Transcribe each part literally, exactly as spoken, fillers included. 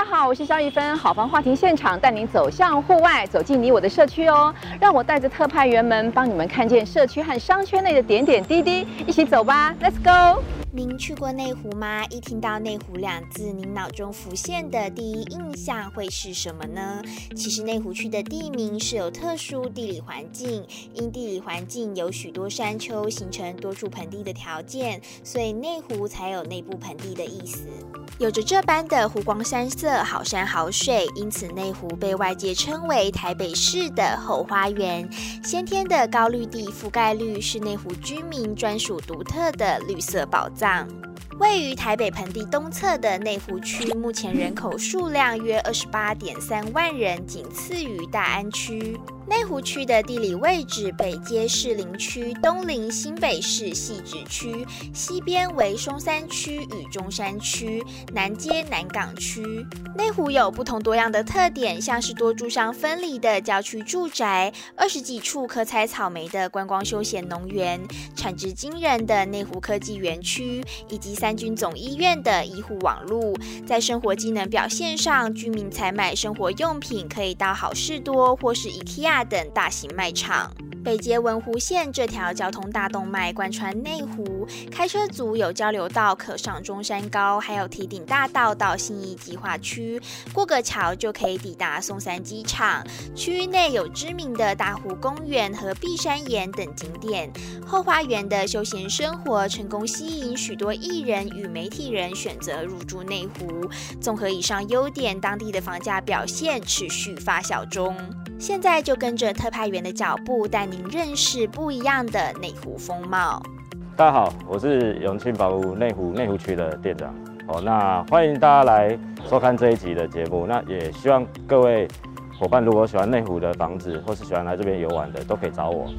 好，我是肖一芬，好房话题现场带您走向户外，走进你我的社区哦。让我带着特派员们帮你们看见社区和商圈内的点点滴滴，一起走吧 ，Let's go！ 您去过内湖吗？一听到内湖两字，您脑中浮现的第一印象会是什么呢？其实内湖区的地名是有特殊地理环境，因地理环境有许多山丘，形成多处盆地的条件，所以内湖才有内部盆地的意思。有着这般的湖光山色，好山好水，因此内湖被外界称为台北市的后花园。先天的高绿地覆盖率是内湖居民专属独特的绿色宝藏。位于台北盆地东侧的内湖区，目前人口数量约二十八点三万人，仅次于大安区。内湖区的地理位置，北接士林区，东临新北市汐止区，西边为松山区与中山区，南接南港区。内湖有不同多样的特点，像是多住商分离的郊区住宅，二十几处可采草莓的观光休闲农园，产值惊人的内湖科技园区，以及三军总医院的医护网路。在生活机能表现上，居民采买生活用品可以到好事多或是 IKEA 等大型卖场。北接文湖线这条交通大动脉贯穿内湖，开车族有交流道可上中山高，还有堤顶大道到信义计划区，过个桥就可以抵达松山机场。区域内有知名的大湖公园和碧山岩等景点。后花园的休闲生活成功吸引许多艺人与媒体人选择入住内湖。综合以上优点，当地的房价表现持续发酵中。现在就跟着特派员的脚步，带您认识不一样的内湖风貌。 大家好，我是永庆宝屋内湖内湖区的店长。哦，那欢迎大家来收看这一集的节目。那也希望各位伙伴，如果喜欢内湖的房子，或是喜欢来这边游玩的，都可以找我。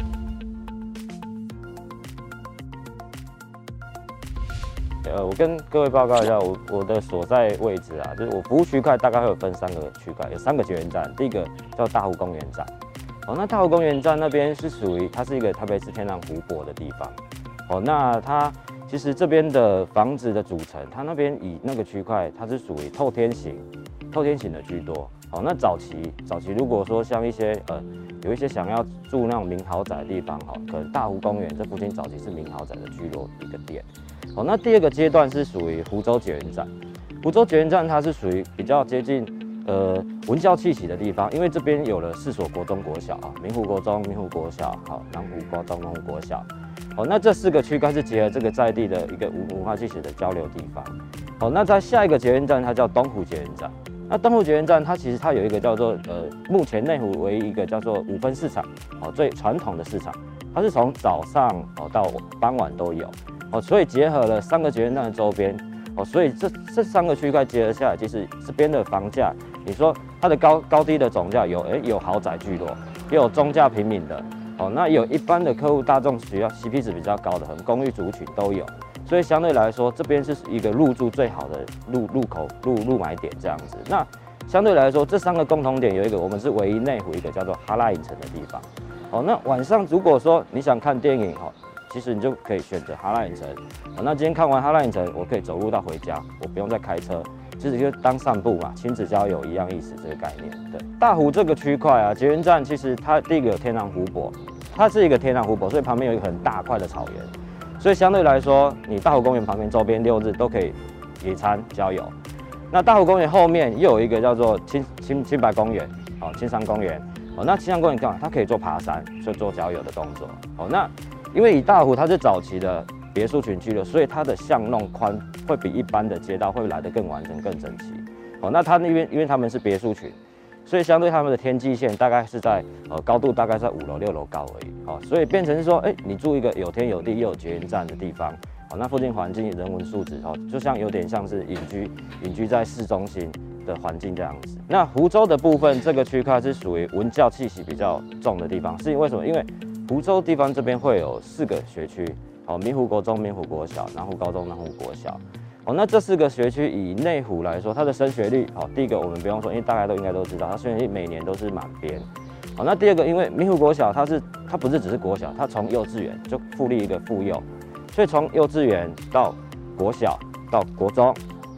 呃，我跟各位报告一下，我我的所在位置啊，就是我服务区块大概会有分三个区块，有三个捷运站。第一个叫大湖公园站，哦，那大湖公园站那边是属于它是一个台北市天然湖泊的地方，哦，那它其实这边的房子的组成，它那边以那个区块它是属于透天型，透天型的居多。哦，那早期早期如果说像一些呃有一些想要住那种名豪宅的地方，哦，可能大湖公园这附近早期是名豪宅的聚落一个点。哦，那第二个阶段是属于湖州捷运站，湖州捷运站它是属于比较接近呃文教气息的地方，因为这边有了四所国中国小啊，明湖国中、明湖国小、好南湖国中、南湖国小。哦，那这四个区块是结合这个在地的一个文文化气息的交流地方。哦，那在下一个捷运站它叫东湖捷运站，那东湖捷运站它其实它有一个叫做呃目前内湖唯一一个叫做五分市场，哦最传统的市场，它是从早上哦到傍晚都有。哦，所以结合了三个捷运站的周边，哦，所以这这三个区块结合下来，其实这边的房价，你说它的高高低的总价有，哎，有豪宅聚落，也有中价平民的，哦，那有一般的客户大众需要 C P 值比较高的，很公寓族群都有，所以相对来说，这边是一个入住最好的入入口入入买点这样子。那相对来说，这三个共同点有一个，我们是唯一内湖一个叫做哈拉影城的地方。哦，那晚上如果说你想看电影，哦。其实你就可以选择哈拉影城，哦，那今天看完哈拉影城，我可以走路到回家，我不用再开车，其实就当散步嘛，亲子郊游一样意思，这个概念。对，大湖这个区块啊，捷运站其实它第一个有天然湖泊，它是一个天然湖泊，所以旁边有一个很大块的草原，所以相对来说，你大湖公园旁边周边六日都可以野餐郊游。那大湖公园后面又有一个叫做青青青白公园，哦，青山公园，哦，那青山公园干嘛？它可以做爬山，所以做郊游的动作，哦，那。因为以大湖它是早期的别墅群居了，所以它的巷弄宽会比一般的街道会来得更完整、更整齐。哦，那它那边因为他们是别墅群，所以相对他们的天际线大概是在呃高度大概在五楼、六楼高而已。哦，所以变成是说，哎，你住一个有天有地又有捷运站的地方，哦，那附近环境人文素质哦，就像有点像是隐居隐居在市中心的环境这样子。那湖州的部分这个区块是属于文教气息比较重的地方，是因为什么？因为湖州地方这边会有四个学区，哦，明湖国中、明湖国小、南湖高中、南湖国小，哦，那这四个学区以内湖来说，它的升学率，哦，第一个我们不用说，因为大家都应该都知道，它升学率每年都是满编，哦，那第二个，因为明湖国小它是它不是只是国小，它从幼稚园就复立一个附幼，所以从幼稚园到国小到国中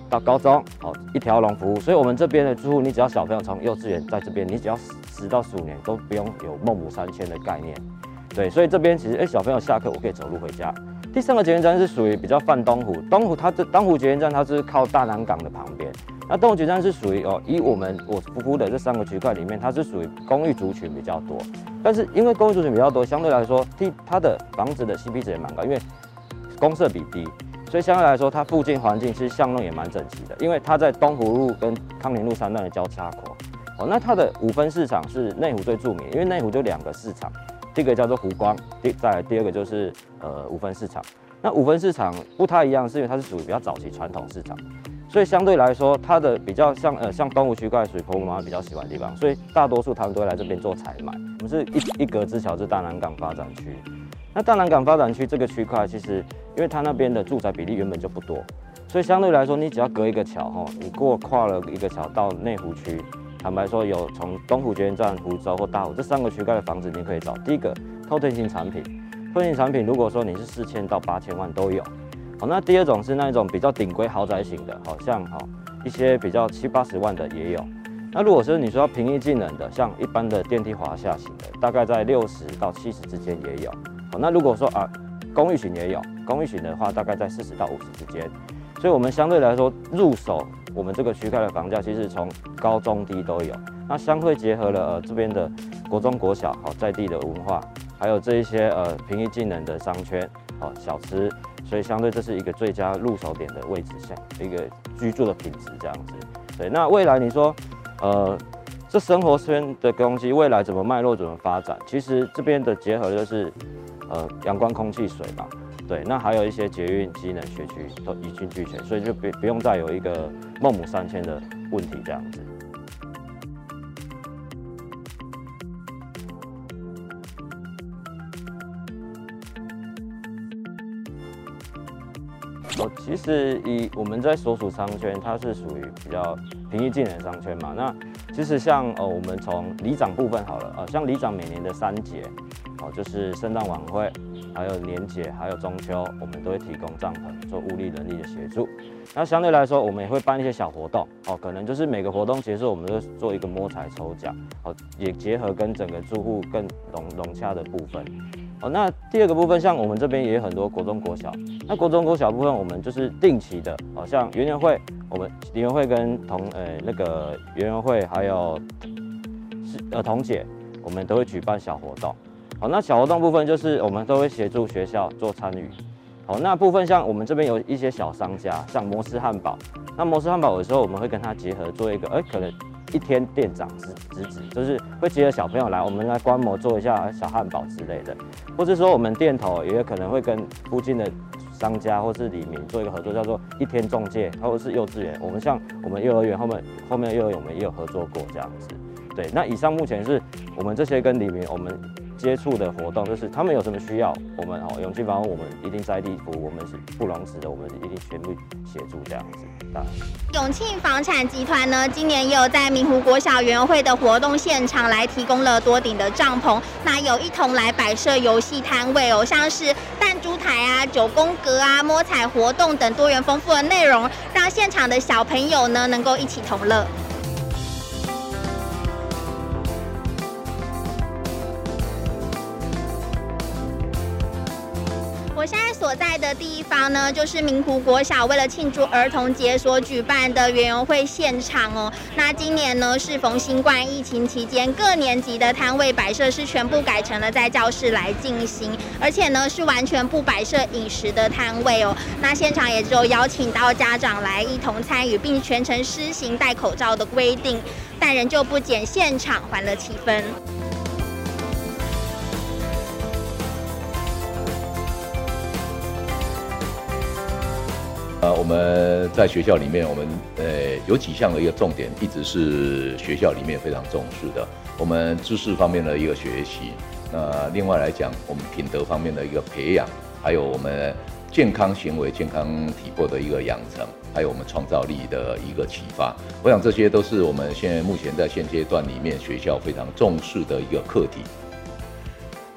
到高中，哦，一条龙服务。所以我们这边的住户，你只要小朋友从幼稚园在这边，你只要十到十五年都不用有孟母三迁的概念。对，所以这边其实，哎、欸，小朋友下课我可以走路回家。第三个捷运站是属于比较泛东湖，东湖它的东湖捷运站它是靠大南港的旁边。那东湖捷运站是属于哦，以我们我服务的这三个区块里面，它是属于公寓族群比较多。但是因为公寓族群比较多，相对来说，第它的房子的 C P 值也蛮高，因为公设比低，所以相对来说，它附近环境其实巷弄也蛮整齐的。因为它在东湖路跟康宁路三段的交叉口。哦，那它的五分市场是内湖最著名，因为内湖就两个市场。第一个叫做湖光，第再来第二个就是呃五分市场。那五分市场不太一样，是因为它是属于比较早期传统市场，所以相对来说，它的比较像呃像东湖区块属于婆婆妈妈比较喜欢的地方，所以大多数他们都会来这边做采买。我们是一一格之桥，是大南港发展区。那大南港发展区这个区块，其实因为它那边的住宅比例原本就不多，所以相对来说，你只要隔一个桥吼，你过跨了一个桥到内湖区。坦白说，有从东湖捷运站、湖州或大湖这三个区块的房子，你可以找。第一个，透天型产品，透天型产品如果说你是四千到八千万都有。好，那第二种是那种比较顶规豪宅型的，好像好一些比较七八十万的也有。那如果是你说要平易近人的，像一般的电梯华夏型的，大概在六十到七十之间也有。好，那如果说啊公寓型也有，公寓型的话大概在四十到五十之间。所以我们相对来说入手。我们这个区块的房价其实从高中低都有，那相对结合了呃这边的国中国小好在地的文化，还有这一些呃平易近人的商圈好小吃，所以相对这是一个最佳入手点的位置，像一个居住的品质这样子。对，那未来你说呃这生活圈的东西未来怎么脉络怎么发展？其实这边的结合就是呃阳光、空气、水嘛。对，那还有一些捷运、机能学区都一应俱全，所以就不不用再有一个孟母三迁的问题这样子。哦，其实以我们在所属商圈，它是属于比较平易近人商圈嘛。那其实像呃，我们从里长部分好了，呃，像里长每年的三节，哦，就是圣诞晚会。还有年节，还有中秋，我们都会提供帐篷做物力人力的协助。那相对来说，我们也会办一些小活动哦，可能就是每个活动结束，我们就做一个摸彩抽奖，哦，也结合跟整个住户更融融洽的部分。哦，那第二个部分，像我们这边也有很多国中国小，那国中国小部分，我们就是定期的，哦，像园游会，我们园游会跟同呃那个园游会还有呃童姐，我们都会举办小活动。好，那小活动部分就是我们都会协助学校做参与。好，那部分像我们这边有一些小商家，像摩斯汉堡。那摩斯汉堡有时候我们会跟他结合做一个，哎、欸，可能一天店长职职职，就是会结合小朋友来，我们来观摩做一下小汉堡之类的，或者说我们店头也有可能会跟附近的商家或是里民做一个合作，叫做一天中介，或者是幼稚园。我们像我们幼儿园后面后面的幼儿园我们也有合作过这样子。对，那以上目前是我们这些跟里民我们接触的活动，就是他们有什么需要，我们哦永庆房屋我们一定在地服务，我们是不容辞的，我们一定全部协助这样子。当然， 永庆房产集团呢，今年也有在明湖国小园游会的活动现场来提供了多顶的帐篷，那有一同来摆设游戏摊位哦，像是弹珠台啊、九宫格啊、摸彩活动等多元丰富的内容，让现场的小朋友呢能够一起同乐。我现在所在的地方呢，就是明湖国小为了庆祝儿童节所举办的园游会现场哦。那今年呢，适逢新冠疫情期间，各年级的摊位摆设是全部改成了在教室来进行，而且呢是完全不摆设饮食的摊位哦。那现场也只有邀请到家长来一同参与，并全程施行戴口罩的规定，但仍旧不减现场欢乐气氛。 呃，我们在学校里面，我们呃有几项的一个重点，一直是学校里面非常重视的。我们知识方面的一个学习，那另外来讲，我们品德方面的一个培养，还有我们健康行为、健康体魄的一个养成，还有我们创造力的一个启发。我想这些都是我们现在目前在现阶段里面学校非常重视的一个课题。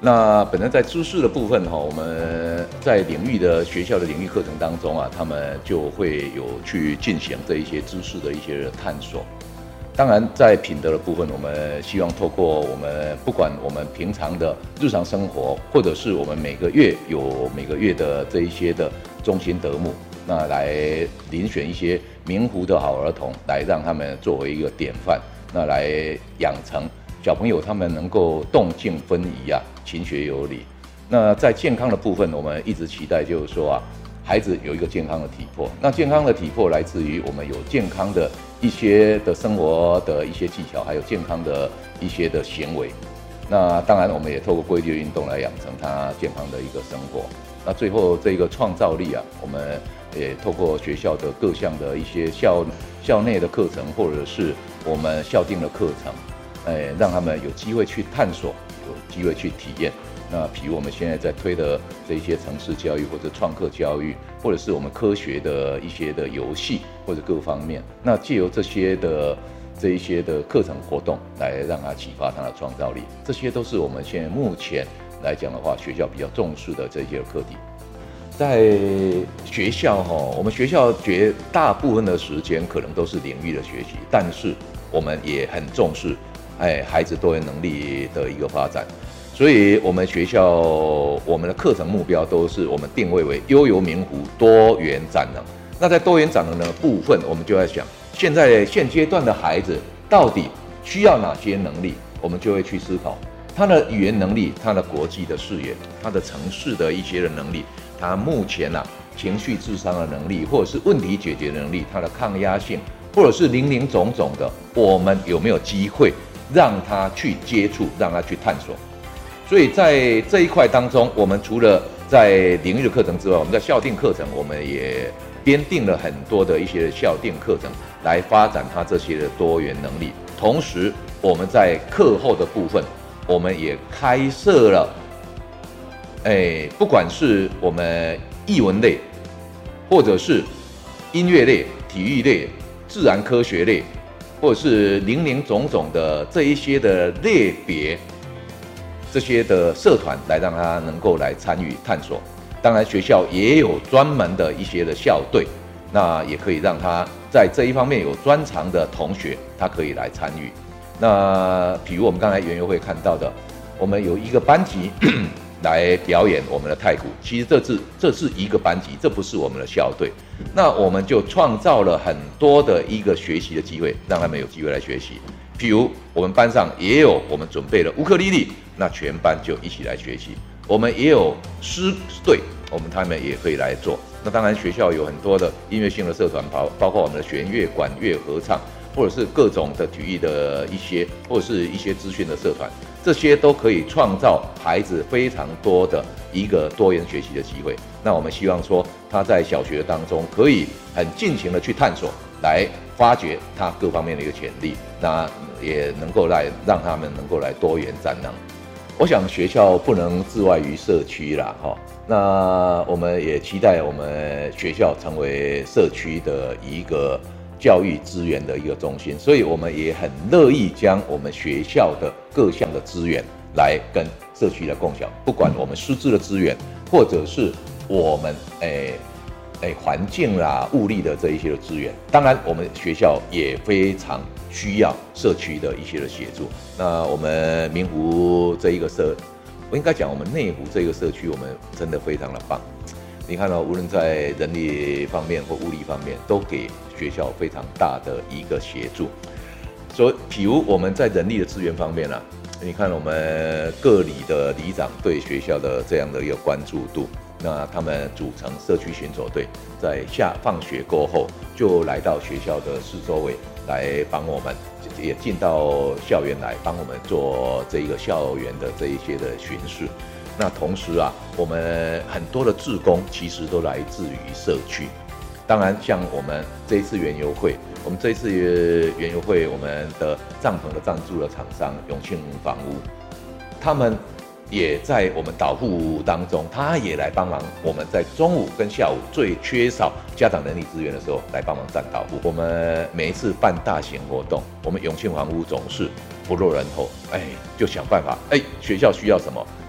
那本身在知识的部分哈，我们在领域的学校的领域课程当中啊，他们就会有去进行这一些知识的一些探索。当然，在品德的部分，我们希望透过我们不管我们平常的日常生活，或者是我们每个月有每个月的这一些的中心德目，那来遴选一些明湖的好儿童，来让他们作为一个典范，那来养成小朋友他们能够动静分宜啊，勤学有礼。那在健康的部分，我们一直期待就是说啊，孩子有一个健康的体魄。那健康的体魄来自于我们有健康的一些的生活的一些技巧，还有健康的一些的行为。那当然，我们也透过规律的运动来养成他健康的一个生活。那最后这个创造力啊，我们也透过学校的各项的一些校校内的课程，或者是我们校定的课程，哎，让他们有机会去探索，有机会去体验。那比如我们现在在推的这一些城市教育，或者创客教育，或者是我们科学的一些的游戏，或者各方面，那借由这些的这一些的课程活动，来让他启发他的创造力，这些都是我们现在目前来讲的话，学校比较重视的这些课题。在学校哈，我们学校绝大部分的时间可能都是领域的学习，但是我们也很重视，哎，孩子多元能力的一个发展。所以，我们学校我们的课程目标都是我们定位为悠游明湖多元展能。那在多元展能的部分，我们就在想，现在现阶段的孩子到底需要哪些能力，我们就会去思考他的语言能力、他的国际的视野、他的城市的一些的能力，他目前啊情绪智商的能力，或者是问题解决能力，他的抗压性，或者是林林总总的，我们有没有机会让他去接触，让他去探索？所以在这一块当中，我们除了在领域的课程之外，我们在校定课程，我们也编定了很多的一些校定课程，来发展它这些的多元能力。同时，我们在课后的部分，我们也开设了，哎，不管是我们艺文类，或者是音乐类、体育类、自然科学类，或者是林林总总的这一些的类别。这些的社团来让他能够来参与探索，当然学校也有专门的一些的校队，那也可以让他在这一方面有专长的同学，他可以来参与。那比如我们刚才园游会看到的，我们有一个班级来表演我们的太鼓，其实这是这是一个班级，这不是我们的校队。那我们就创造了很多的一个学习的机会，让他们有机会来学习。譬如我们班上也有我们准备了乌克丽丽，那全班就一起来学习。我们也有诗队，我们他们也可以来做。那当然学校有很多的音乐性的社团，包包括我们的弦乐、管乐、合唱，或者是各种的体育的一些，或者是一些资讯的社团，这些都可以创造孩子非常多的一个多元学习的机会。那我们希望说他在小学当中可以很尽情的去探索，来发掘他各方面的一个潜力，那也能够来让他们能够来多元展能。我想学校不能自外于社区啦，哈。那我们也期待我们学校成为社区的一个教育资源的一个中心，所以我们也很乐意将我们学校的各项的资源来跟社区来共享，不管我们师资的资源，或者是我们诶。哎，环境啦、物力的这一些的资源，当然我们学校也非常需要社区的一些的协助。那我们明湖这一个社，我应该讲我们内湖这个社区，我们真的非常的棒。你看到、哦，无论在人力方面或物力方面，都给学校非常大的一个协助。所以，比如我们在人力的资源方面啊，你看我们各里的里长对学校的这样的一个关注度。那他们组成社区巡守队，在下放学过后就来到学校的四周围来帮我们，也进到校园来帮我们做这一个校园的这一些的巡视。那同时啊，我们很多的志工其实都来自于社区。当然，像我们这一次园游会，我们这一次园游会，我们的帐篷的赞助的厂商永庆房屋，他们。也在我们导护当中，他也来帮忙。我们在中午跟下午最缺少家长人力资源的时候，来帮忙站导护。我们每一次办大型活动，我们永庆房屋总是不落人后，哎，就想办法，哎，学校需要什么，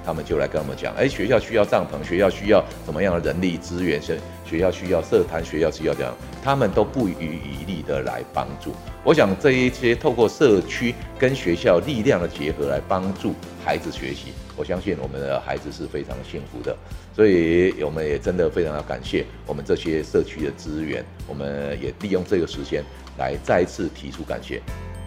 他们就来跟我们讲，哎，学校需要帐篷，学校需要什么样的人力资源，学学校需要社团，学校需要这样，他们都不遗余力的来帮助。我想这一些透过社区跟学校力量的结合来帮助孩子学习，我相信我们的孩子是非常幸福的。所以我们也真的非常的感谢我们这些社区的资源，我们也利用这个时间来再次提出感谢。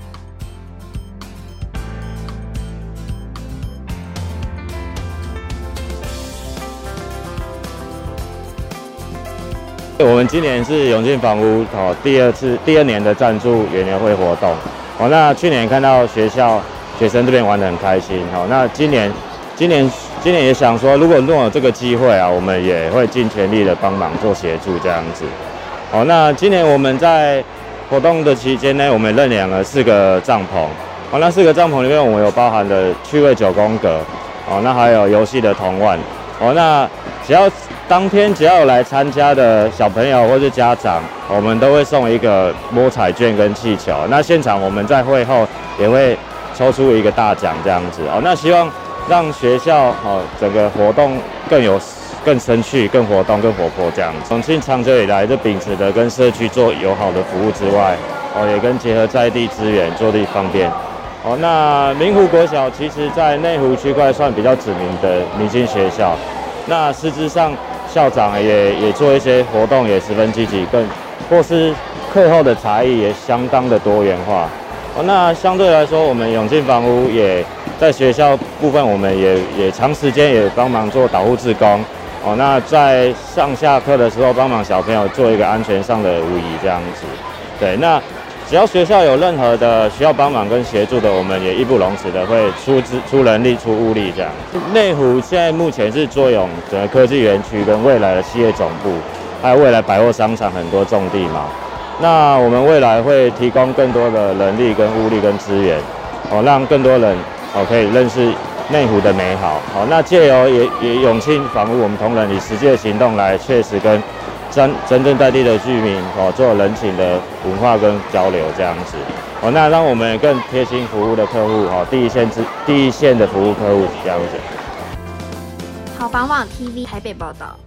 我们今年是永庆房屋哦第二次第二年的赞助园游会活动哦。那去年看到学校学生这边玩得很开心哦。那今年今年今年也想说，如果如果有这个机会啊，我们也会尽全力的帮忙做协助这样子。哦，那今年我们在活动的期间呢，我们认养了四个帐篷。哦，那四个帐篷里面我们有包含的趣味九宫格哦，那还有游戏的童玩哦。那只要当天只要有来参加的小朋友或是家长，我们都会送一个摸彩券跟气球。那现场我们在会后也会抽出一个大奖这样子哦。那希望让学校哦整个活动更有更生趣、更活动、更活泼这样子。永庆长久以来就秉持的跟社区做友好的服务之外，哦也跟结合在地资源做地方便。哦，那明湖国小其实在内湖区块算比较知名的明星学校，那实质上校长也也做一些活动，也十分积极，更或是课后的才艺也相当的多元化。哦，那相对来说，我们永庆房屋也在学校部分，我们也也长时间也帮忙做导护志工。哦，那在上下课的时候，帮忙小朋友做一个安全上的无疑这样子。对，那只要学校有任何的需要帮忙跟协助的，我们也义不容辞的会出资、出人力、出物力这样。内湖现在目前是作用整个科技园区跟未来的企业总部，还有未来百货商场很多重地嘛。那我们未来会提供更多的人力跟物力跟资源，哦，让更多人哦可以认识内湖的美好。哦，那借由也也永庆房屋，我们同仁以实际的行动来确实跟真真正在地的居民哦做人情的文化跟交流这样子。哦，那让我们更贴心服务的客户哦，第一线之第一线的服务客户这样子。 好房网 T V 台北报道。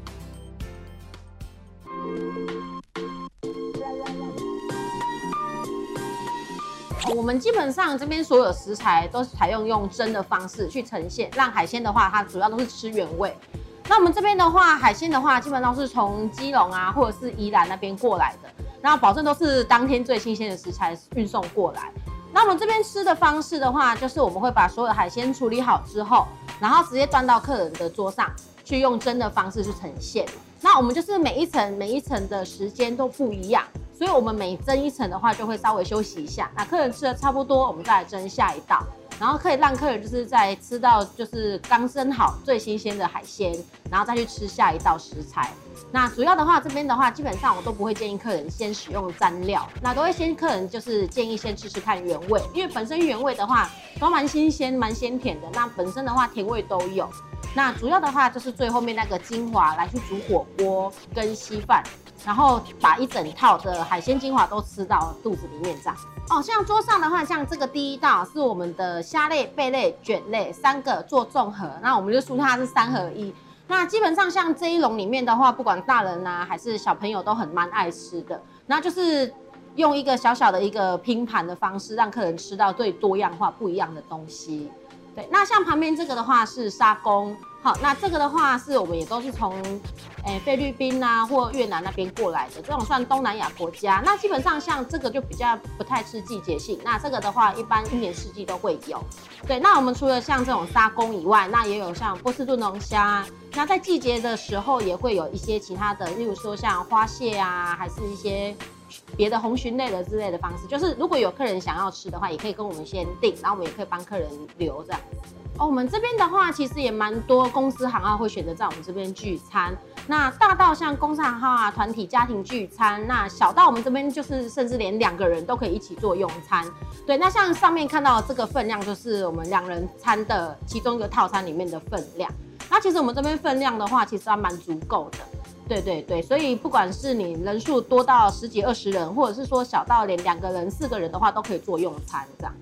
我们基本上这边所有食材都是采用用蒸的方式去呈现，让海鲜的话，它主要都是吃原味。那我们这边的话，海鲜的话，基本上是从基隆啊，或者是宜兰那边过来的，然后保证都是当天最新鲜的食材运送过来。那我们这边吃的方式的话，就是我们会把所有的海鲜处理好之后，然后直接端到客人的桌上，去用蒸的方式去呈现。那我们就是每一层每一层的时间都不一样。所以我们每蒸一层的话，就会稍微休息一下。那客人吃的差不多，我们再来蒸下一道，然后可以让客人就是在吃到就是刚蒸好最新鲜的海鲜，然后再去吃下一道食材。那主要的话，这边的话，基本上我都不会建议客人先使用蘸料，那都会先客人就是建议先吃吃看原味，因为本身原味的话都蛮新鲜、蛮鲜甜的。那本身的话甜味都有。那主要的话就是最后面那个精华来去煮火锅跟稀饭。然后把一整套的海鲜精华都吃到肚子里面这样。哦，像桌上的话，像这个第一道是我们的虾类、贝类、卷类三个做综合，那我们就说它是三合一。那基本上像这一笼里面的话，不管大人啊还是小朋友都很蛮爱吃的。那就是用一个小小的一个拼盘的方式，让客人吃到最多样化、不一样的东西。对，那像旁边这个的话是沙公。好，那这个的话是我们也都是从，诶菲律宾啊或越南那边过来的，这种算东南亚国家。那基本上像这个就比较不太吃季节性，那这个的话一般一年四季都会有。对，那我们除了像这种沙公以外，那也有像波士顿龙虾。那在季节的时候也会有一些其他的，例如说像花蟹啊，还是一些别的红鲟类的之类的方式。就是如果有客人想要吃的话，也可以跟我们先订，然后我们也可以帮客人留这样子。哦，我们这边的话，其实也蛮多公司行号会选择在我们这边聚餐。那大到像公司行号啊、团体家庭聚餐，那小到我们这边就是甚至连两个人都可以一起做用餐。对，那像上面看到的这个分量，就是我们两人餐的其中一个套餐里面的分量。那其实我们这边分量的话，其实还蛮足够的。对对对，所以不管是你人数多到十几二十人，或者是说小到连两个人、四个人的话，都可以做用餐这样。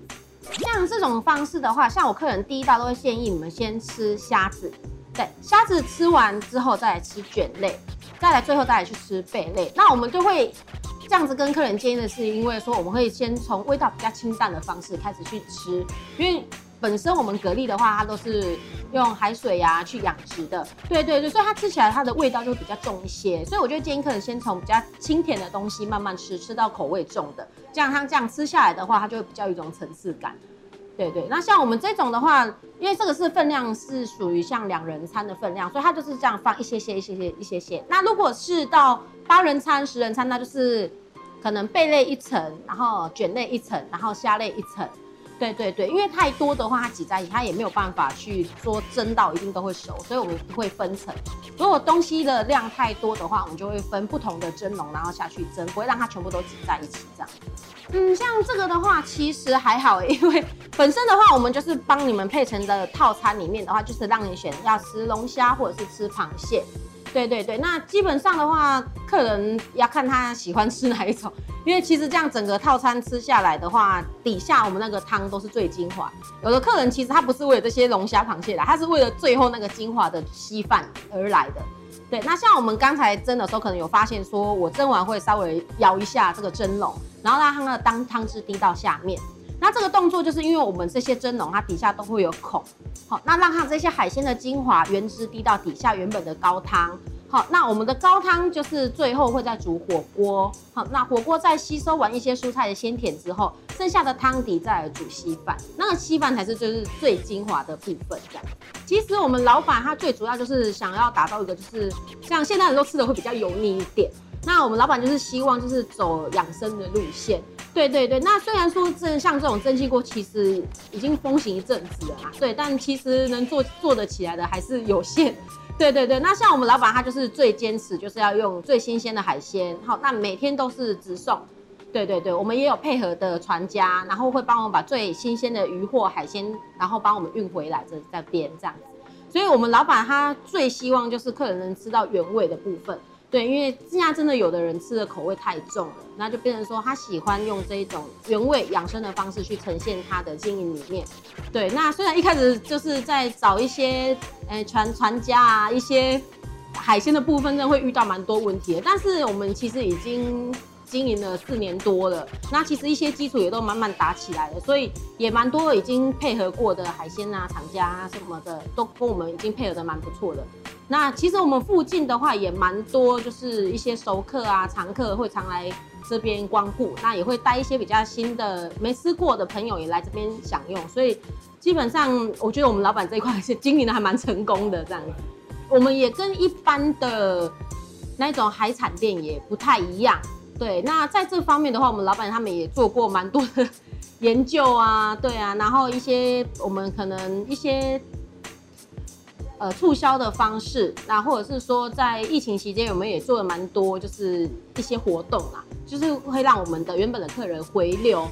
像这种方式的话，像我客人第一道都会建议你们先吃虾子，对，虾子吃完之后再来吃卷类，再来最后再来去吃贝类。那我们就会这样子跟客人建议的是，因为说我们会先从味道比较清淡的方式开始去吃，因为本身我们蛤蜊的话，它都是用海水呀、啊、去养殖的，对对对，所以它吃起来它的味道就会比较重一些。所以我就建议客人先从比较清甜的东西慢慢吃，吃到口味重的，这样它这样吃下来的话，它就会比较有一种层次感。对对，那像我们这种的话，因为这个是分量是属于像两人餐的分量，所以它就是这样放一些些、一些些、一些些。那如果是到八人餐、十人餐，那就是可能贝类一层，然后卷类一层，然后虾类一层。对对对，因为太多的话，它挤在一起，它也没有办法去说蒸到一定都会熟，所以我们会分层。如果东西的量太多的话，我们就会分不同的蒸笼，然后下去蒸，不会让它全部都挤在一起这样。嗯，像这个的话，其实还好，因为本身的话，我们就是帮你们配成的套餐里面的话，就是让你选要吃龙虾或者是吃螃蟹。对对对，那基本上的话，客人要看他喜欢吃哪一种，因为其实这样整个套餐吃下来的话，底下我们那个汤都是最精华。有的客人其实他不是为了这些龙虾、螃蟹来，他是为了最后那个精华的稀饭而来的。对，那像我们刚才蒸的时候，可能有发现说，我蒸完会稍微摇一下这个蒸笼，然后让它的汤汤汁滴到下面。那这个动作就是因为我们这些蒸笼它底下都会有孔，好，那让它这些海鲜的精华原汁滴到底下原本的高汤。好，那我们的高汤就是最后会再煮火锅，好，那火锅在吸收完一些蔬菜的鲜甜之后，剩下的汤底再来煮稀饭，那个稀饭才是就是最精华的部分。这样，其实我们老板他最主要就是想要达到一个就是像现在人都吃的会比较油腻一点，那我们老板就是希望就是走养生的路线。对对对，那虽然说这像这种蒸汽锅其实已经风行一阵子了嘛，对，但其实能做做得起来的还是有限。对对对，那像我们老板他就是最坚持，就是要用最新鲜的海鲜，好，那每天都是直送。对对对，我们也有配合的船家，然后会帮我们把最新鲜的鱼货海鲜，然后帮我们运回来这这边这样子。所以我们老板他最希望就是客人能吃到原味的部分。对，因为现在真的有的人吃的口味太重了，那就变成说他喜欢用这一种原味养生的方式去呈现他的经营理念。对，那虽然一开始就是在找一些呃船船家啊，一些海鲜的部分，真的会遇到蛮多问题的，但是我们其实已经经营了四年多了，那其实一些基础也都慢慢打起来了，所以也蛮多已经配合过的海鲜啊、厂家啊什么的，都跟我们已经配合的蛮不错的。那其实我们附近的话也蛮多，就是一些熟客啊、常客会常来这边光顾，那也会带一些比较新的没吃过的朋友也来这边享用，所以基本上我觉得我们老板这一块是经营的还蛮成功的这样子。我们也跟一般的那种海产店也不太一样。对，那在这方面的话，我们老板他们也做过蛮多的研究啊，对啊，然后一些我们可能一些呃促销的方式，那或者是说在疫情期间，我们也做了蛮多，就是一些活动啦，就是会让我们的原本的客人回流。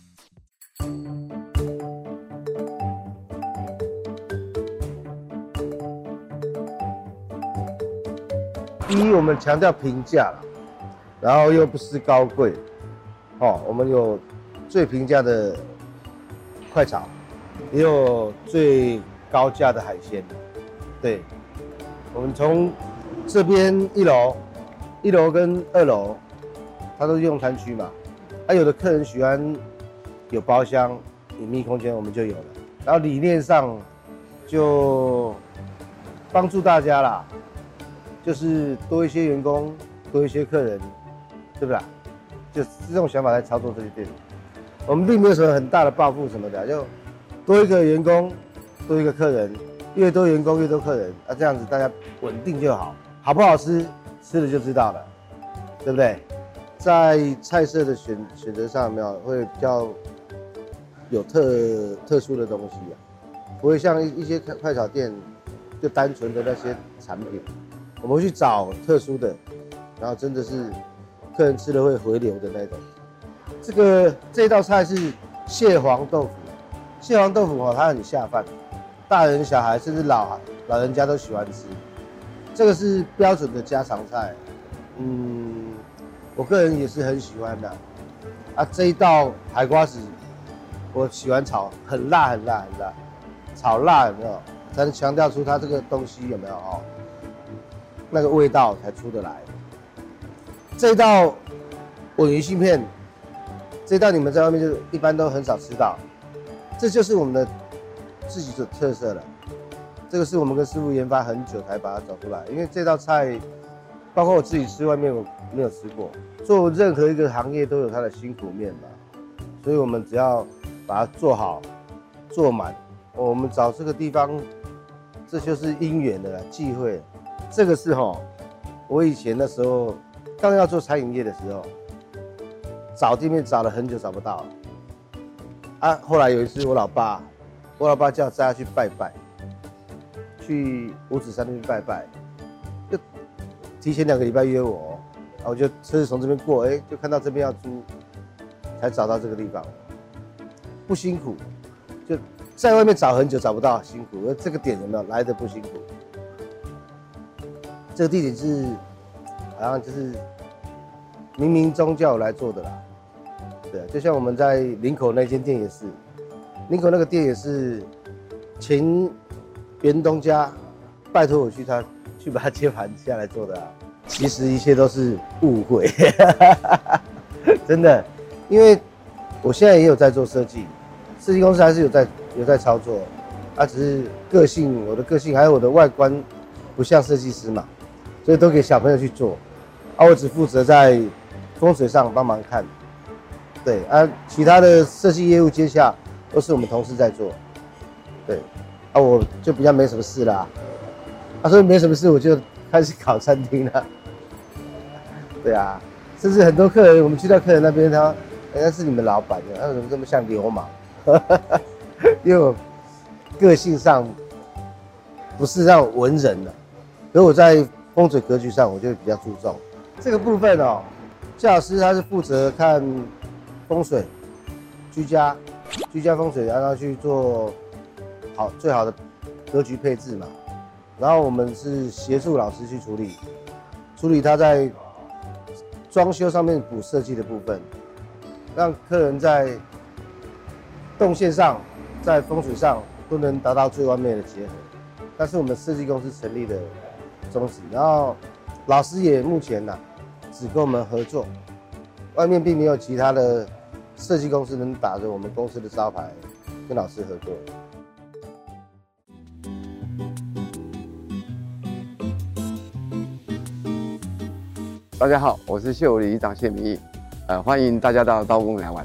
第一，我们强调平价啦。然后又不失高贵，哦，我们有最平价的快炒，也有最高价的海鲜。对，我们从这边一楼、一楼跟二楼，它都是用餐区嘛。啊，有的客人喜欢有包厢、隐秘空间，我们就有了。然后理念上就帮助大家啦，就是多一些员工，多一些客人。对不对？就是这种想法来操作这些店。我们并没有什么很大的抱负什么的，就多一个员工，多一个客人，越多员工越多客人，啊，这样子大家稳定就好。好不好吃，吃了就知道了，对不对？在菜色的选选择上，有没有会比较有特特殊的东西啊？不会像一一些快炒店就单纯的那些产品，我们会去找特殊的，然后真的是。客人吃了会回流的那种。这个这道菜是蟹黄豆腐，蟹黄豆腐哦，它很下饭，大人小孩甚至老老人家都喜欢吃。这个是标准的家常菜，嗯，我个人也是很喜欢的。啊，这一道海瓜子， 我喜欢炒很辣很辣很辣，炒辣有没有？才能强调出它这个东西有没有哦，那个味道才出得来。这一道鲔鱼芯片，这一道你们在外面就一般都很少吃到，这就是我们的自己的特色了。这个是我们跟师傅研发很久才把它找出来，因为这道菜，包括我自己吃外面我没有吃过。做任何一个行业都有它的辛苦面嘛，所以我们只要把它做好、做满。我们找这个地方，这就是因缘的啦，忌讳。这个是齁，我以前的时候刚要做餐饮业的时候，找地面找了很久找不到。啊，后来有一次我老爸，我老爸叫我带他去拜拜。去五指山那边拜拜，就提前两个礼拜约我，然后我就车子从这边过，哎、欸，就看到这边要租，才找到这个地方，不辛苦，就在外面找很久找不到，辛苦。而这个点有没有来的不辛苦？这个地点是好像就是冥冥中叫我来做的啦，对，就像我们在林口那间店也是，林口那个店也是前员东家拜托我去他去把他接盘下来做的、啊，其实一切都是误会，真的，因为我现在也有在做设计，设计公司还是有在有在操作，啊，只是个性我的个性还有我的外观不像设计师嘛，所以都给小朋友去做，啊，我只负责在风水上帮忙看，对，啊，其他的设计业务接下都是我们同事在做，对。啊，我就比较没什么事啦。啊，所以没什么事，我就开始搞餐厅了。对啊，甚至很多客人，我们去到客人那边，他人家是你们老板的，他怎么这么像流氓？因为我个性上不是那种文人的，所以我在风水格局上，我就比较注重这个部分哦。谢老师他是负责看风水、居家、居家风水，然后去做。好，最好的格局配置嘛，然后我们是协助老师去处理，处理他在装修上面补设计的部分，让客人在动线上、在风水上都能达到最完美的结合。那是我们设计公司成立的宗旨。然后老师也目前呢、啊，只跟我们合作，外面并没有其他的设计公司能打着我们公司的招牌跟老师合作。 大家好，我是秀里里长谢明义，呃，欢迎大家到道公来玩。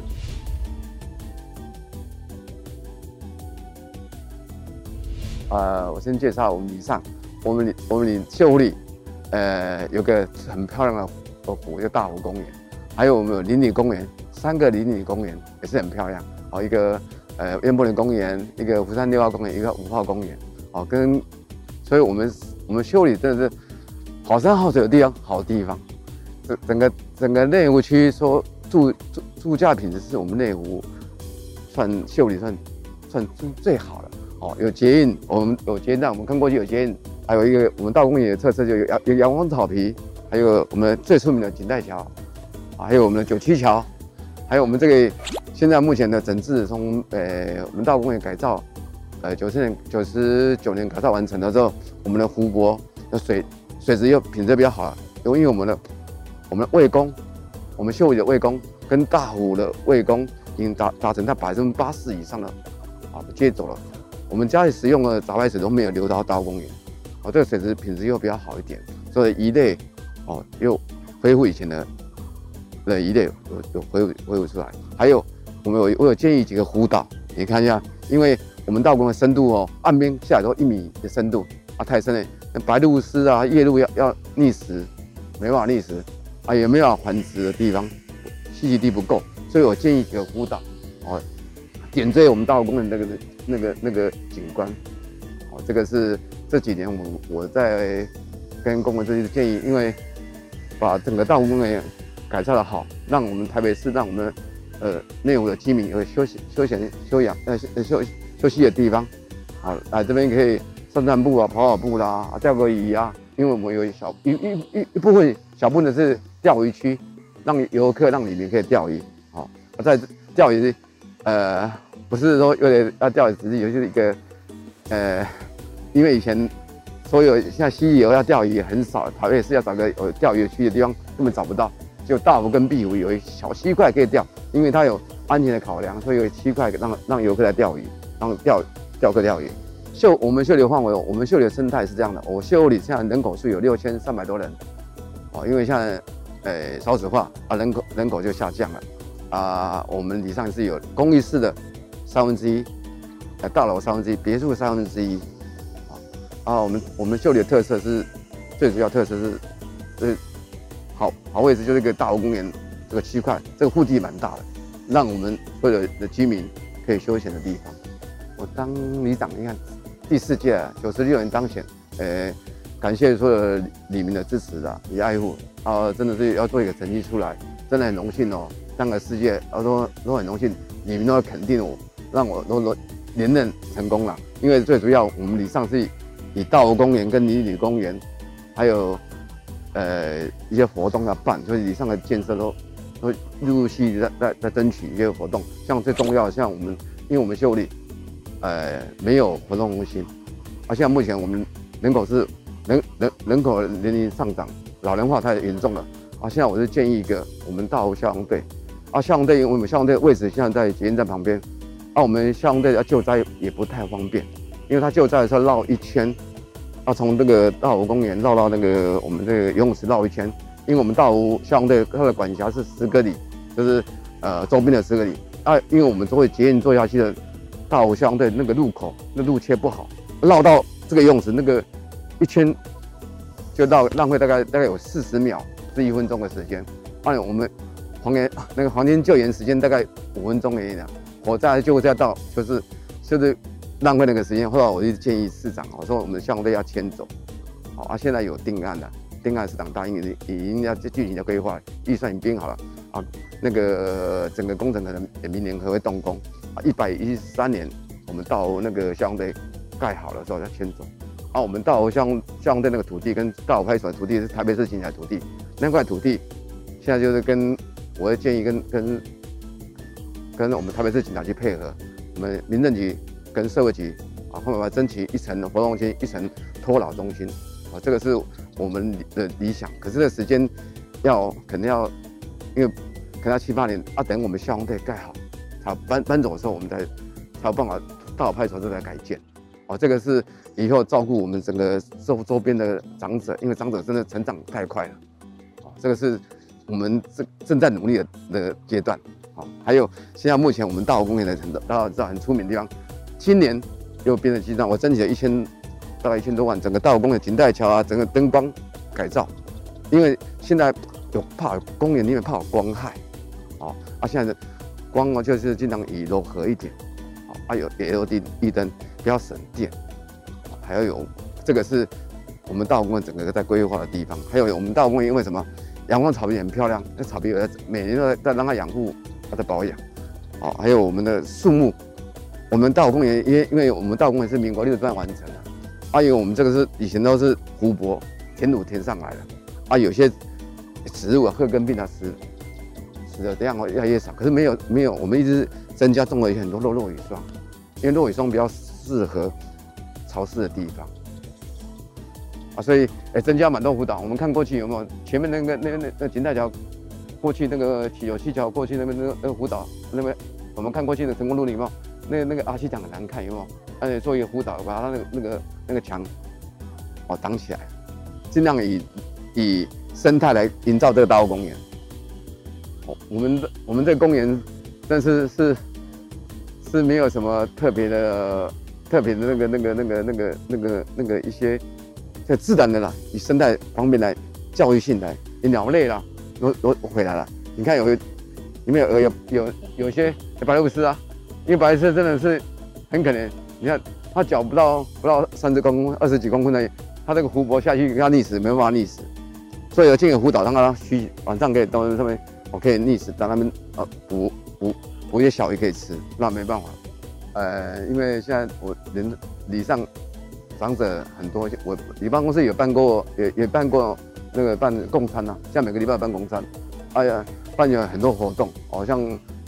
呃，我先介绍我们里上，我们里我们里秀湖里，呃，有个很漂亮的湖，叫大湖公园，还有我们有邻里公园，三个邻里公园也是很漂亮。哦，一个呃燕柏林公园，一个福山六号公园，一个五号公园。哦，跟，所以我们我们秀里真的是好山好水的地方，好地方。整个整个内湖区说住住住家品质是我们内湖算秀里算算最好的哦，有捷运，我们有捷运站，我们看过去有捷运，还有一个我们道公园的特色就有有阳光草皮，还有我们最出名的锦带桥，啊，还有我们的九七桥，还有我们这个现在目前的整治从呃我们道公园改造，呃九十年九十九年改造完成了之后，我们的湖泊的水水质又品质比较好了，因为我们的我们的卫工，我们秀里的卫工跟大湖的卫工已经达达成它百分之八十以上的啊接走了。我们家里使用的杂牌水都没有流到道公园，哦，这个水质品质又比较好一点，所以鱼类哦又恢复以前的的鱼类有有恢复恢复出来。还有我们有我有建议几个湖岛，你看一下，因为我们道公的深度哦，岸边下来都一米的深度啊，太深了，白鹭鸶啊、夜鹭要要觅食，没办法觅食。啊，也没有繁殖的地方，栖息地不够，所以我建议几个湖岛，哦，点缀我们道公园那个那个那个景观，哦，这个是这几年我我在跟公园这些建议，因为把整个道公园改造的好，让我们台北市让我们呃内湖的居民有休息休闲休养呃休休息的地方，好，来这边可以散散步啊，跑跑步啦，啊，钓个鱼啊，因为我们有小一一一一部分小部分的是钓鱼区，让游客让里面可以钓鱼，好、哦，在钓鱼，呃， 不是说为了要钓鱼，只是有就是一个，呃，因为以前所有像溪流要钓鱼也很少，台北市要找个有钓鱼区的地方根本找不到，只有大湖跟碧湖有一小溪块可以钓，因为它有安全的考量，所以有溪块让让游客来钓鱼，让钓钓客钓鱼。秀我们秀流范围，我们秀流生态是这样的，我秀里现在人口数有六千三百多人，哦，因为现在呃少子化啊，人口人口就下降了。啊，我们里上是有公寓式的三分之一，呃，大楼三分之一，别墅三分之一，啊，我们我们秀里的特色是，最主要特色是，是好好位置，就是一个大湖公园这个区块，这个腹地蛮大的，让我们所有的居民可以休闲的地方。我当里长，你看第四届啊，九十六年当选，呃，感谢所有里民的支持啊，与爱护，啊，真的是要做一个成绩出来，真的很荣幸哦。当个世界，我都都很荣幸，你们都要肯定我，让我都都连任成功了。因为最主要，我们里上是以大湖公园跟里里公园，还有呃一些活动要办，所以里上的建设都都陆陆续续在在在争取一些活动。像最重要的，像我们，因为我们秀里呃没有活动中心，而现在目前我们人口是人人人口年龄上涨，老龄化太严重了。啊，现在我是建议一个我们大湖消防队。啊，消防队，因为我们消防队位置现在在捷运站旁边，啊，我们消防队要救灾也不太方便，因为他救灾的时候绕一圈，要从这个大湖公园绕到那个我们这个游泳池绕一圈，因为我们大湖消防队它的管辖是十个里，就是呃周边的十个里，啊，因为我们作为捷运坐下去的大湖消防队那个路口那路切不好，绕到这个游泳池那个一圈就绕浪费大概大概有四十秒至一分钟的时间，啊，我们。黄岩那个黄金救援时间大概五分钟而已啦，火灾救灾到就是就是浪费那个时间。后来我就建议市长，我说我们消防队要迁走，好啊，现在有定案了，定案市长答应已已经要具体的规划，预算已经编好了啊，那个整个工程可能明年还会动工啊，一百一十三年我们到那个消防队盖好了之后要迁走啊，我们到消防消防队那个土地跟大湖派出所的土地是台北市警察土地，那块土地现在就是跟我的建议跟跟跟我们台北市警察局配合，我们民政局跟社会局啊，后面把争取一层活动中心，一层托老中心啊，这个是我们的理想。可是这个时间要肯定要，因为可能要七八年啊，等我们消防队盖好，才搬搬走的时候，我们才才有办法大湖派出所再改建。哦，这个是以后照顾我们整个周周边的长者，因为长者真的成长太快了，哦，这个是。我们正正在努力的的阶段，好，还有现在目前我们大湖公园的程度，大家知道很出名的地方，今年又变成阶段，我争取了一千大概一千多万，整个大湖公园锦带桥啊，整个灯光改造，因为现在有怕公园里面怕有光害，哦啊，现在的光哦就是尽量以柔和一点，好啊有 L E D 灯不要省电，还要有这个是我们大湖公园整个在规划的地方，还有我们大湖公园因为什么？阳光草皮很漂亮，那草皮有在每年都在在让它养护，它在保养，好，还有我们的树木，我们大湖公园因为因为我们大湖公园是民国六十年完成的，啊，因为我们这个是以前都是湖泊填土填上来的，啊，有些植物啊褐根病它死死的这样越来越少，可是没有没有，我们一直增加种了很多落落羽霜，因为落羽霜比较适合潮湿的地方。啊，所以哎，增加蛮多辅导。我们看过去有没有前面那个那个那那锦带桥，过去那个有七桥过去那边那个那个辅导那边，我们看过去的成功路里面，那个那个阿西墙很难看，有没有？而且做一个辅导，把它那个那个那个墙哦挡起来，尽量以以生态来营造这个大湖公园。哦，我们我们这个公园，但是是是没有什么特别的特别的那个那个那个那个那个那个一些。这自然的啦，以生态方面来教育性来，你鸟类啦，都都回来了。你看有里面有有有有一些白鹭鸶啊，因为白鹭鸶真的是很可怜。你看它脚不到不到三十公分，二十几公分的，它这个湖泊下去让它溺死，没办法溺死。所以有建议湖岛让它去晚上可以到上面，我可以溺死，让他们呃捕捕捕一些小鱼可以吃。那没办法，呃，因为现在我人里上。长者很多，我你办公室有办过，也也办过那个办共餐呐、啊，像每个礼拜办共餐，哎呀，办有很多活动，哦，像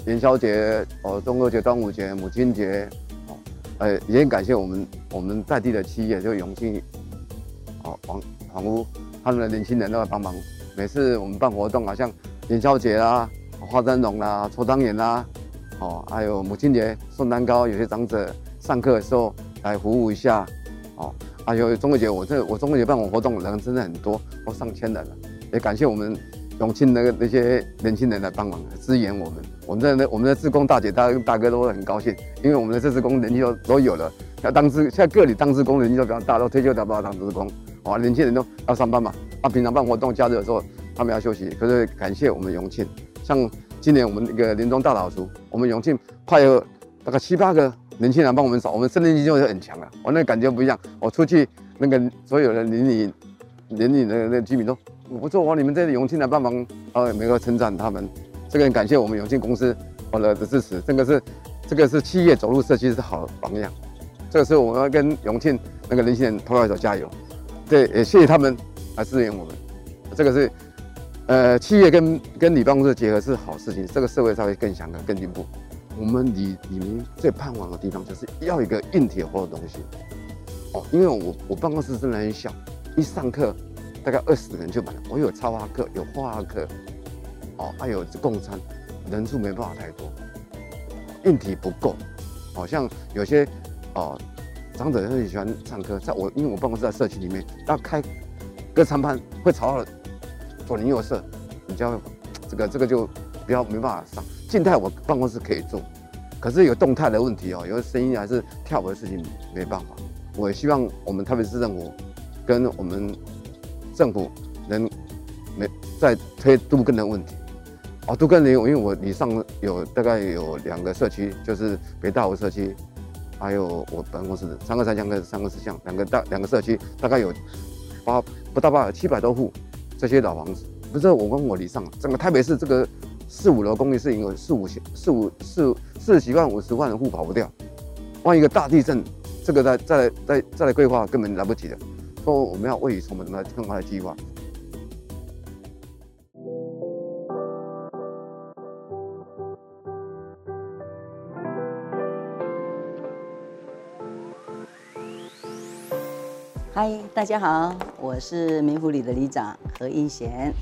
元宵节、哦中秋节、端午节、母亲节，哦，呃，也很感谢我们我们在地的企业，就永庆，哦房房屋，他们的年轻人都来帮忙。每次我们办活动啊，像元宵节啦、花灯笼啦、搓汤圆啦，哦，还有母亲节送蛋糕，有些长者上课的时候来服务一下，哦，还有中秋节，我这我中秋节办我活动人真的很多，都上千人了，也感谢我们永庆那个那些年轻人来帮忙支援我们，我们的我们的志工大姐大大哥都会很高兴，因为我们的这志工年纪都都有了，要当志现在个里当志工年纪都比较大，都退休才不要当志工，哦，年轻人都要上班嘛，啊，平常办活动假日的时候他们要休息，可是感谢我们永庆，像今年我们那个年终大扫除，我们永庆派有大概七八个年轻人帮我们扫，我们生命力就很强了，我那感觉不一样，我出去那个所有的邻里邻里的那个居民都。不错哦，你们这永庆来帮忙，呃，每个称赞他们，这个很感谢我们永庆公司我的支持，这个是这个是企业走入社区是好榜样，这个是我们要跟永庆那个年轻人投下手加油，对，也谢谢他们来支援我们，这个是呃企业跟跟里办公室结合是好事情，这个社会才会更祥和更进步。我们里里面最盼望的地方就是要一个硬体活的东西，哦，因为我我办公室真的很小，一上课。大概二十个人就满了。我有插花课，有画画课，哦，还有供餐，人数没办法太多，硬体不够。好、哦、像有些哦长者很喜欢唱歌，在我因为我办公室在社区里面，要开歌唱班会吵到左邻右舍，你就要这个这个就不要没办法上。静态我办公室可以做，可是有动态的问题哦，有的声音还是跳舞的事情没办法。我也希望我们台北市政府跟我们政府能没在推都更的问题，哦，都更的，因为我以上有大概有两个社区，就是北大湖社区，还有我办公室三个三巷跟三个四巷，两个大两个社区，大概有八不到八七百多户这些老房子。不是我跟我以上，整个台北市这个四五楼公寓是有四五四五四四十几万五十万的户跑不掉，万一一个大地震，这个再再来再再来规划根本来不及的。说我们要未雨绸缪的更好的计划。 嗨，大家好，我是民福里的里长何英贤。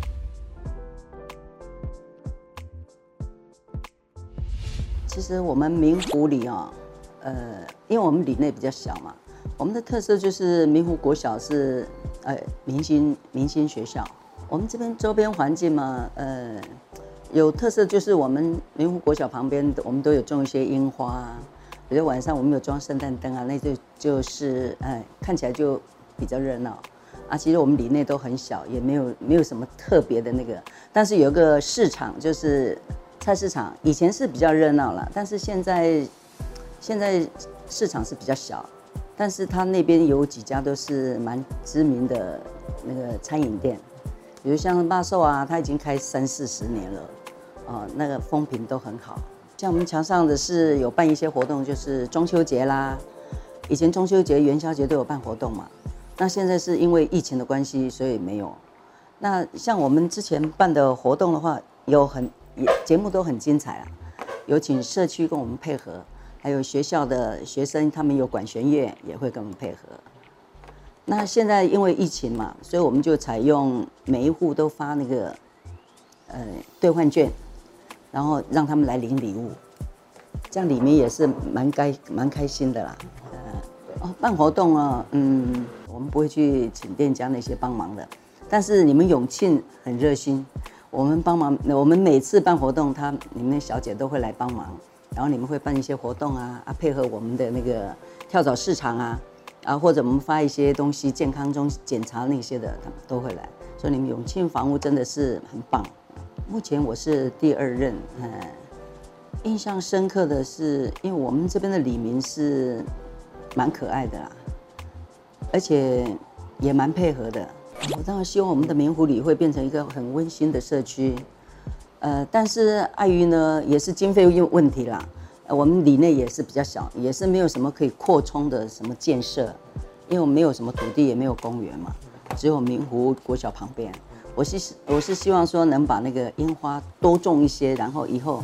其实我们民福里哦，呃，因为我们里内比较小嘛。我们的特色就是民湖国小是呃明星明星学校，我们这边周边环境嘛，呃有特色就是我们民湖国小旁边我们都有种一些樱花啊，比如晚上我们有装圣诞灯啊，那就就是哎、呃、看起来就比较热闹啊。其实我们里内都很小，也没有没有什么特别的那个，但是有一个市场就是菜市场，以前是比较热闹了，但是现在现在市场是比较小。但是他那边有几家都是蛮知名的那个餐饮店，比如像霸寿啊，他已经开三四十年了，哦，那个风评都很好。像我们墙上的是有办一些活动，就是中秋节啦，以前中秋节、元宵节都有办活动嘛，那现在是因为疫情的关系，所以没有。那像我们之前办的活动的话，有很节目都很精彩啊，有请社区跟我们配合。还有学校的学生，他们有管弦乐，也会跟我们配合。那现在因为疫情嘛，所以我们就采用每一户都发那个呃兑换券，然后让他们来领礼物，这样里面也是蛮开蛮开心的啦。呃，哦，办活动啊，嗯，我们不会去请店家那些帮忙的，但是你们永庆很热心，我们帮忙，我们每次办活动，他你们的小姐都会来帮忙。然后你们会办一些活动啊，啊，配合我们的那个跳蚤市场啊，啊，或者我们发一些东西，健康中检查那些的，他们都会来。所以你们永庆房屋真的是很棒。目前我是第二任，嗯，印象深刻的是，因为我们这边的里民是蛮可爱的啦，而且也蛮配合的。我当然希望我们的民湖里会变成一个很温馨的社区。呃，但是碍于呢，也是经费问题啦。呃，我们里内也是比较小，也是没有什么可以扩充的什么建设，因为我们没有什么土地，也没有公园嘛，只有民湖国小旁边。我是我是希望说能把那个樱花多种一些，然后以后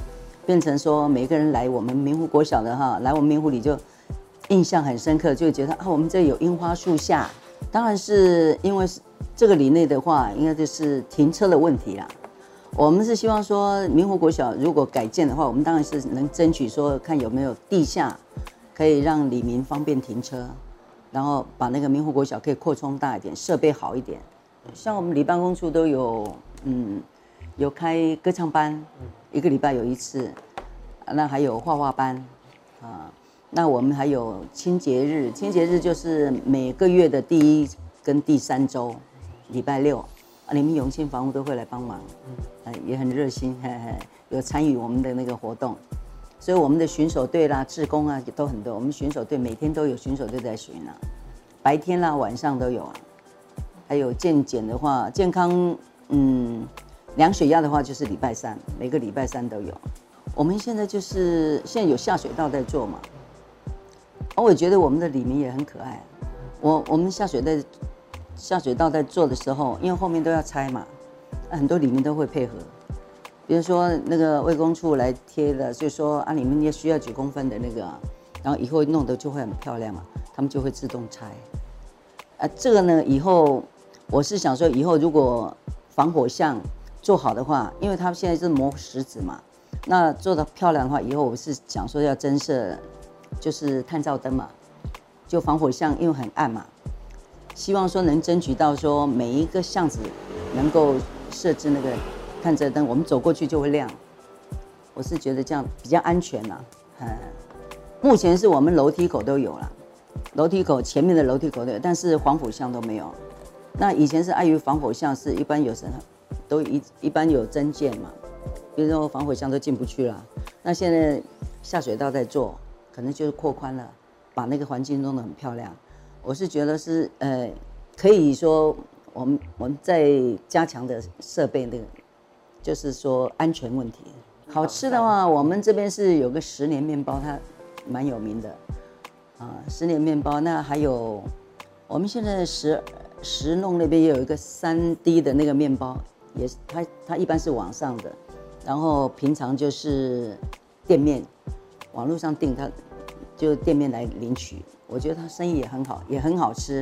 变成说每个人来我们明湖国小的哈，来我们明湖里就印象很深刻，就觉得啊，我们这有樱花树下。当然是因为这个里内的话，应该就是停车的问题啦。我们是希望说明湖国小如果改建的话，我们当然是能争取说看有没有地下可以让里民方便停车，然后把那个明湖国小可以扩充大一点，设备好一点。像我们里办公处都有，嗯，有开歌唱班，一个礼拜有一次，那还有画画班，啊，那我们还有清洁日，清洁日就是每个月的第一跟第三周，礼拜六，啊，你们永庆房屋都会来帮忙，嗯，也很热心，嘿嘿，有参与我们的那个活动，所以我们的巡守队啦、志工啊都很多，我们巡守队每天都有巡守队在巡啊，白天啦、晚上都有啊。还有健检的话，健康，嗯，量血压的话就是礼拜三，每个礼拜三都有。我们现在就是现在有下水道在做嘛，而我觉得我们的里民也很可爱。我我们下水在下水道在做的时候，因为后面都要拆嘛，很多里民都会配合。比如说那个卫工处来贴的，就说啊，你们也需要几公分的那个，然后以后弄得就会很漂亮嘛，他们就会自动拆。啊，这个呢，以后。我是想说，以后如果防火巷做好的话，因为他们现在是磨石子嘛，那做得漂亮的话，以后我是想说要增设，就是探照灯嘛，就防火巷因为很暗嘛，希望说能争取到说每一个巷子能够设置那个探照灯，我们走过去就会亮。我是觉得这样比较安全啦。嗯，目前是我们楼梯口都有了，楼梯口前面的楼梯口都有，但是防火巷都没有。那以前是碍于防火巷是一般有什都一一般有增建嘛，比如说防火巷都进不去了。那现在下水道在做，可能就是扩宽了，把那个环境弄得很漂亮。我是觉得是呃，可以说我们我们在加强的设备那个，就是说安全问题。好吃的话，我们这边是有个十年面包，它蛮有名的啊，十年面包。那还有我们现在十。石弄那边也有一个三 D 的那个面包，也是它它一般是网上的，然后平常就是店面，网络上订它，就店面来领取。我觉得它生意也很好，也很好吃。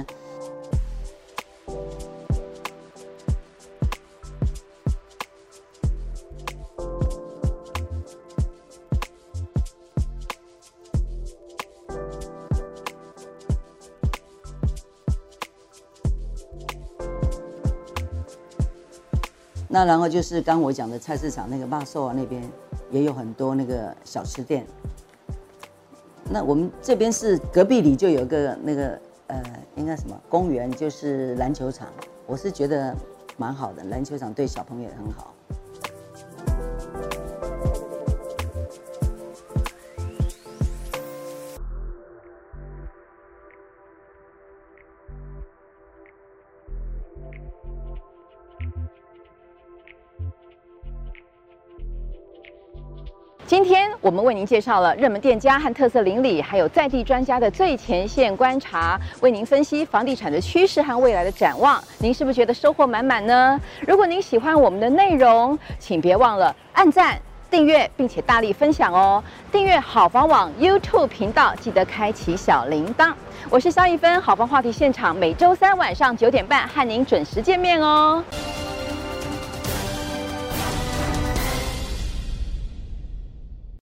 那然后就是刚我讲的菜市场那个肉寿啊，那边也有很多那个小吃店。那我们这边是隔壁里就有个那个呃，应该什么公园，就是篮球场。我是觉得蛮好的，篮球场对小朋友也很好。 今天我们为您介绍了热门店家和特色邻里，还有在地专家的最前线观察，为您分析房地产的趋势和未来的展望。您是不是觉得收获满满呢？如果您喜欢我们的内容，请别忘了按赞、订阅，并且大力分享哦！订阅好房网 YouTube 频道，记得开启小铃铛。我是肖一芬，好房话题现场每周三晚上九点半和您准时见面哦。